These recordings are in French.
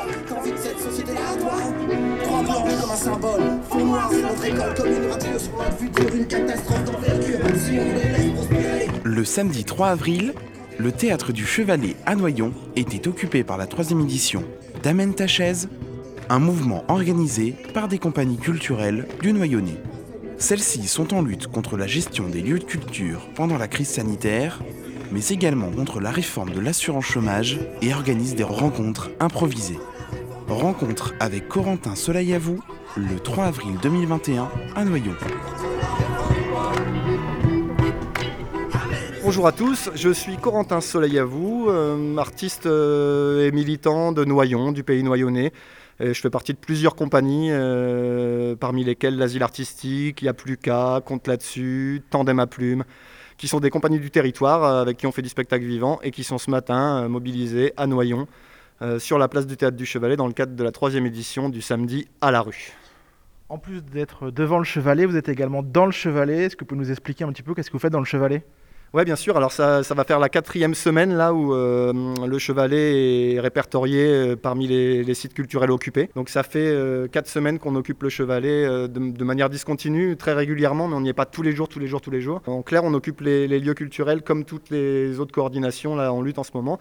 T'as envie de cette société-là, toi? Croix blanc comme un symbole. Fond noir, c'est notre école comme une radio sur notre futur. Une catastrophe d'envergure, si on les laisse prospérer. Le samedi 3 avril, le théâtre du Chevalet à Noyon était occupé par la 3e édition d'Amène ta chaise, un mouvement organisé par des compagnies culturelles du Noyonnais. Celles-ci sont en lutte contre la gestion des lieux de culture pendant la crise sanitaire, mais également contre la réforme de l'assurance chômage et organisent des rencontres improvisées. Rencontre avec Corentin Soleil à vous, le 3 avril 2021 à Noyon. Bonjour à tous, je suis Corentin Soleil à vous, artiste et militant de Noyon, du pays noyonnais. Je fais partie de plusieurs compagnies, parmi lesquelles l'Asile Artistique, Il y a plus qu'à, Compte là-dessus, Tandem à Plume, qui sont des compagnies du territoire avec qui on fait du spectacle vivant et qui sont ce matin mobilisées à Noyon, sur la place du Théâtre du Chevalet, dans le cadre de la 3e édition du samedi à la rue. En plus d'être devant le Chevalet, vous êtes également dans le Chevalet. Est-ce que vous pouvez nous expliquer un petit peu qu'est-ce que vous faites dans le Chevalet ? Oui, bien sûr. Alors ça va faire la 4e semaine là où le Chevalet est répertorié parmi les sites culturels occupés. Donc ça fait 4 semaines qu'on occupe le Chevalet de manière discontinue, très régulièrement, mais on n'y est pas tous les jours. En clair, on occupe les lieux culturels comme toutes les autres coordinations là en lutte en ce moment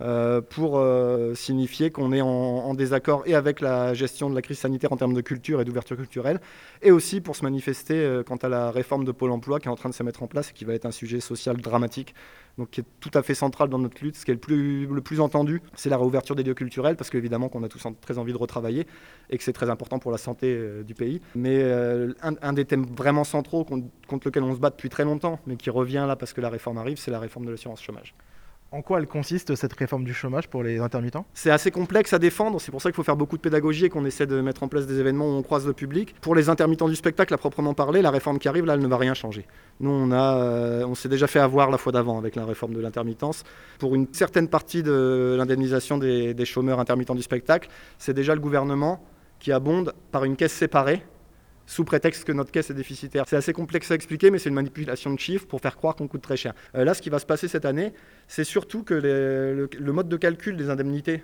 pour signifier qu'on est en désaccord et avec la gestion de la crise sanitaire en termes de culture et d'ouverture culturelle, et aussi pour se manifester quant à la réforme de Pôle emploi qui est en train de se mettre en place et qui va être un sujet social dramatique, donc qui est tout à fait central dans notre lutte. Ce qui est le plus entendu, c'est la réouverture des lieux culturels, parce qu'évidemment qu'on a tous très envie de retravailler et que c'est très important pour la santé du pays. Mais un des thèmes vraiment centraux contre lequel on se bat depuis très longtemps, mais qui revient là parce que la réforme arrive, c'est la réforme de l'assurance chômage. En quoi elle consiste, cette réforme du chômage pour les intermittents ? C'est assez complexe à défendre, c'est pour ça qu'il faut faire beaucoup de pédagogie et qu'on essaie de mettre en place des événements où on croise le public. Pour les intermittents du spectacle, à proprement parler, la réforme qui arrive, là, elle ne va rien changer. Nous, on s'est déjà fait avoir la fois d'avant avec la réforme de l'intermittence. Pour une certaine partie de l'indemnisation des chômeurs intermittents du spectacle, c'est déjà le gouvernement qui abonde par une caisse séparée, sous prétexte que notre caisse est déficitaire. C'est assez complexe à expliquer, mais c'est une manipulation de chiffres pour faire croire qu'on coûte très cher. Là, ce qui va se passer cette année, c'est surtout que le mode de calcul des indemnités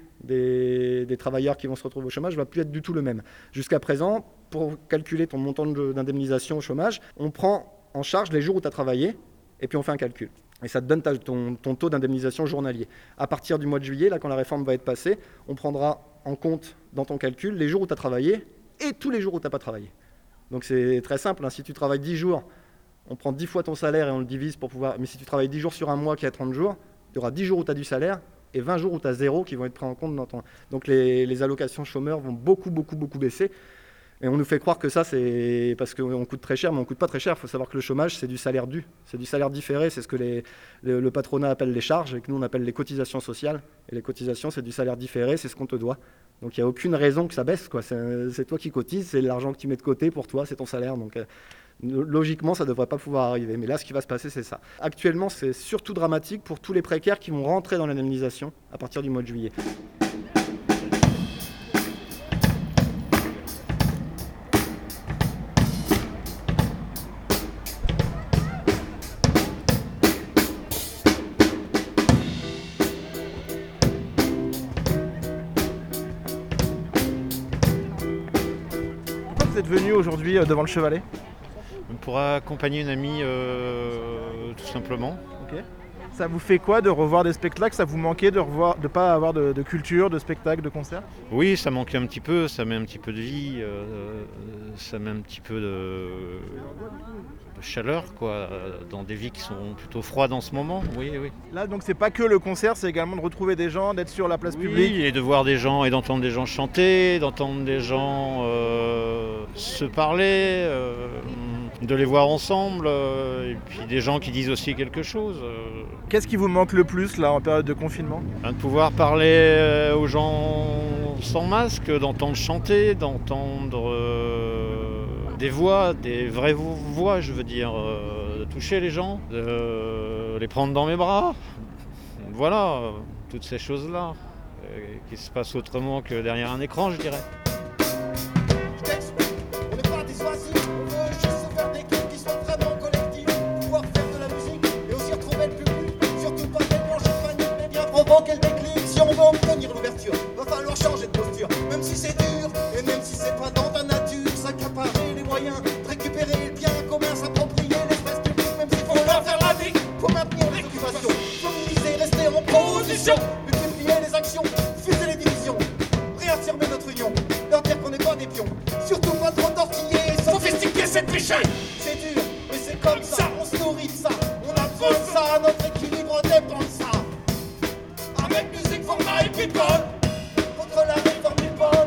des travailleurs qui vont se retrouver au chômage ne va plus être du tout le même. Jusqu'à présent, pour calculer ton montant d'indemnisation au chômage, on prend en charge les jours où tu as travaillé, et puis on fait un calcul. Et ça te donne ton taux d'indemnisation journalier. À partir du mois de juillet, là, quand la réforme va être passée, on prendra en compte dans ton calcul les jours où tu as travaillé et tous les jours où tu n'as pas travaillé. Donc c'est très simple, hein. Si tu travailles 10 jours, on prend 10 fois ton salaire et on le divise pour pouvoir... Mais si tu travailles 10 jours sur un mois qui a 30 jours, tu auras 10 jours où tu as du salaire et 20 jours où tu as zéro qui vont être pris en compte dans ton... Donc les allocations chômeurs vont beaucoup baisser. Et on nous fait croire que ça, c'est parce qu'on coûte très cher, mais on ne coûte pas très cher. Il faut savoir que le chômage, c'est du salaire dû, c'est du salaire différé, c'est ce que le patronat appelle les charges et que nous, on appelle les cotisations sociales. Et les cotisations, c'est du salaire différé, c'est ce qu'on te doit. Donc il n'y a aucune raison que ça baisse, quoi. C'est toi qui cotises, c'est l'argent que tu mets de côté pour toi, c'est ton salaire. Donc logiquement, ça ne devrait pas pouvoir arriver. Mais là, ce qui va se passer, c'est ça. Actuellement, c'est surtout dramatique pour tous les précaires qui vont rentrer dans l'indemnisation à partir du mois de juillet. Vous êtes venu aujourd'hui devant le Chevalet ? Pour accompagner une amie, tout simplement. Ok. Ça vous fait quoi de revoir des spectacles ? Ça vous manquait de ne pas avoir de culture, de spectacle, de concert ? Oui, ça manquait un petit peu, ça met un petit peu de vie, ça met un petit peu de chaleur, quoi, dans des vies qui sont plutôt froides en ce moment. Oui. Là, donc c'est pas que le concert, c'est également de retrouver des gens, d'être sur la place publique. Oui, et de voir des gens et d'entendre des gens chanter, d'entendre des gens se parler, de les voir ensemble, et puis des gens qui disent aussi quelque chose. Qu'est-ce qui vous manque le plus là en période de confinement ? De pouvoir parler aux gens sans masque, d'entendre chanter, d'entendre des voix, des vraies voix, je veux dire, de toucher les gens, de les prendre dans mes bras. Voilà, toutes ces choses-là qui se passent autrement que derrière un écran, je dirais. Quel déclic si on veut obtenir l'ouverture futur. Va falloir changer de posture, même si c'est dur, et même si c'est pas dans ta nature. S'accaparer les moyens, récupérer le bien commun, s'approprier l'espace public, même s'il faut leur faire la vie pour maintenir les occupations. Mobiliser, rester en position, multiplier les actions, fuser les divisions, réaffirmer notre union, leur dire qu'on n'est pas des pions. Surtout pas trop tortiller, sophistiquer, c'est péché. C'est dur, mais c'est comme ça, on se nourrit de ça, on a besoin de ça, notre équilibre dépend de ça. Avec musique, format et people, contre la réforme du pôle.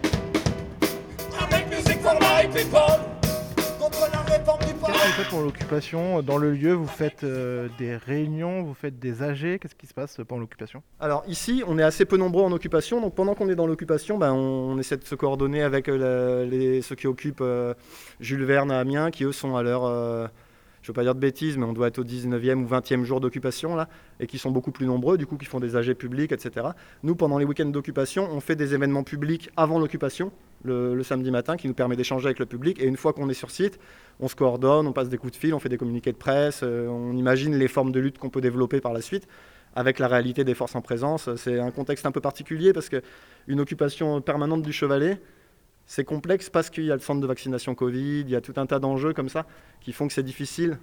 Avec musique, format et people, contre la réforme du pôle. Qu'est-ce que vous faites pour l'occupation? Dans le lieu, vous faites des réunions, vous faites des AG. Qu'est-ce qui se passe pendant l'occupation? Alors ici, on est assez peu nombreux en occupation, donc pendant qu'on est dans l'occupation, on essaie de se coordonner avec ceux qui occupent Jules Verne à Amiens, qui eux sont à leur, je ne veux pas dire de bêtises, mais on doit être au 19e ou 20e jour d'occupation, là, et qui sont beaucoup plus nombreux, du coup, qui font des AG publics, etc. Nous, pendant les week-ends d'occupation, on fait des événements publics avant l'occupation, le samedi matin, qui nous permet d'échanger avec le public, et une fois qu'on est sur site, on se coordonne, on passe des coups de fil, on fait des communiqués de presse, on imagine les formes de lutte qu'on peut développer par la suite, avec la réalité des forces en présence. C'est un contexte un peu particulier, parce qu'une occupation permanente du Chevalet, c'est complexe parce qu'il y a le centre de vaccination Covid, il y a tout un tas d'enjeux comme ça qui font que c'est difficile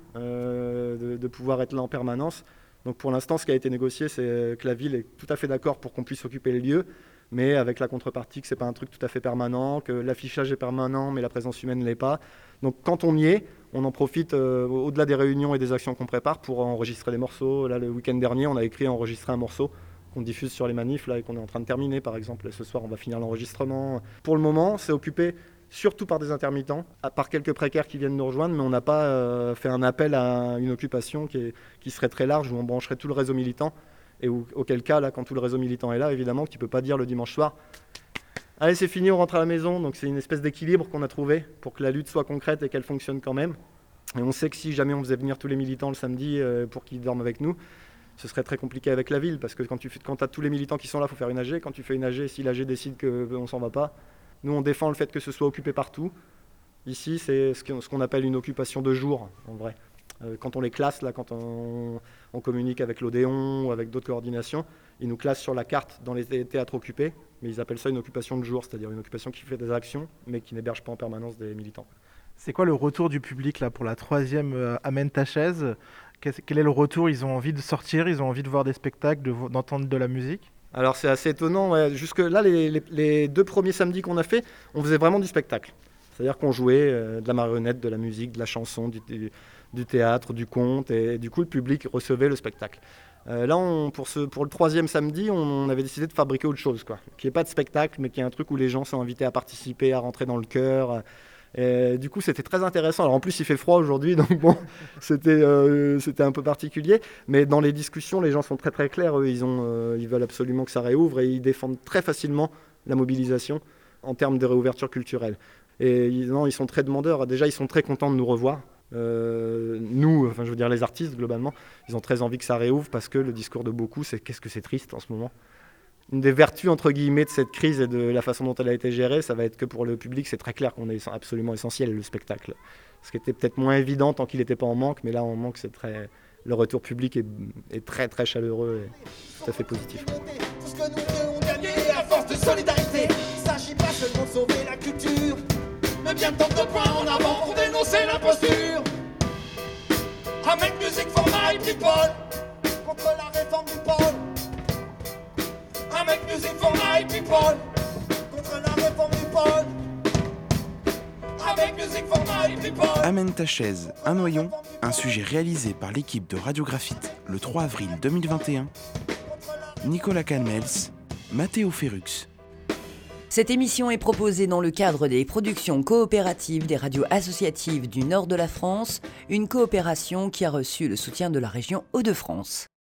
de pouvoir être là en permanence. Donc pour l'instant, ce qui a été négocié, c'est que la ville est tout à fait d'accord pour qu'on puisse occuper les lieux, mais avec la contrepartie que ce n'est pas un truc tout à fait permanent, que l'affichage est permanent, mais la présence humaine ne l'est pas. Donc quand on y est, on en profite au-delà des réunions et des actions qu'on prépare pour enregistrer des morceaux. Là, le week-end dernier, on a écrit et enregistré un morceau qu'on diffuse sur les manifs là, et qu'on est en train de terminer par exemple. Et ce soir, on va finir l'enregistrement. Pour le moment, c'est occupé surtout par des intermittents, à part quelques précaires qui viennent nous rejoindre, mais on n'a pas fait un appel à une occupation qui serait très large, où on brancherait tout le réseau militant, et auquel cas, là, quand tout le réseau militant est là, évidemment, tu ne peux pas dire le dimanche soir « Allez, c'est fini, on rentre à la maison ». Donc c'est une espèce d'équilibre qu'on a trouvé pour que la lutte soit concrète et qu'elle fonctionne quand même. Et on sait que si jamais on faisait venir tous les militants le samedi pour qu'ils dorment avec nous, ce serait très compliqué avec la ville, parce que quand tu as tous les militants qui sont là, il faut faire une AG. Quand tu fais une AG, si l'AG décide qu'on ne s'en va pas, nous on défend le fait que ce soit occupé partout. Ici, c'est ce qu'on appelle une occupation de jour, en vrai. Quand on les classe, là, quand on communique avec l'Odéon ou avec d'autres coordinations, ils nous classent sur la carte dans les théâtres occupés, mais ils appellent ça une occupation de jour, c'est-à-dire une occupation qui fait des actions, mais qui n'héberge pas en permanence des militants. C'est quoi le retour du public là, pour la 3e Amène ta chaise? Quel est le retour? Ils ont envie de sortir, ils ont envie de voir des spectacles, d'entendre de la musique? Alors c'est assez étonnant, ouais. Jusque là, les 2 premiers samedis qu'on a fait, on faisait vraiment du spectacle. C'est-à-dire qu'on jouait de la marionnette, de la musique, de la chanson, du théâtre, du conte, et du coup le public recevait le spectacle. Là, pour le 3e samedi, on avait décidé de fabriquer autre chose, quoi. Qu'il n'y ait pas de spectacle, mais qu'il y ait un truc où les gens sont invités à participer, à rentrer dans le cœur. Et du coup, c'était très intéressant. Alors en plus, il fait froid aujourd'hui, donc bon, c'était un peu particulier. Mais dans les discussions, les gens sont très très clairs. Eux, ils veulent absolument que ça réouvre et ils défendent très facilement la mobilisation en termes de réouverture culturelle. Et ils sont très demandeurs. Déjà, ils sont très contents de nous revoir. Nous, enfin, je veux dire les artistes globalement, ils ont très envie que ça réouvre parce que le discours de beaucoup, c'est qu'est-ce que c'est triste en ce moment. Une des vertus, entre guillemets, de cette crise et de la façon dont elle a été gérée, ça va être que pour le public, c'est très clair qu'on est absolument essentiel, le spectacle. Ce qui était peut-être moins évident tant qu'il n'était pas en manque, mais là, en manque, le retour public est très, très chaleureux et tout à fait positif. Tout ce que nous devons gagner à force de solidarité. Il ne s'agit pas seulement de sauver la culture, mais bien de tendre de points en avant pour dénoncer l'imposture. Avec musique, format et people, contre la réforme du pôle. Avec musique, format et people, contre la réforme du pôle. Avec musique, format et people. Amène ta chaise, un noyon, un sujet réalisé par l'équipe de Radio Graphite le 3 avril 2021. Nicolas Calmels, Mathéo Ferrux. Cette émission est proposée dans le cadre des productions coopératives des radios associatives du nord de la France, une coopération qui a reçu le soutien de la région Hauts-de-France.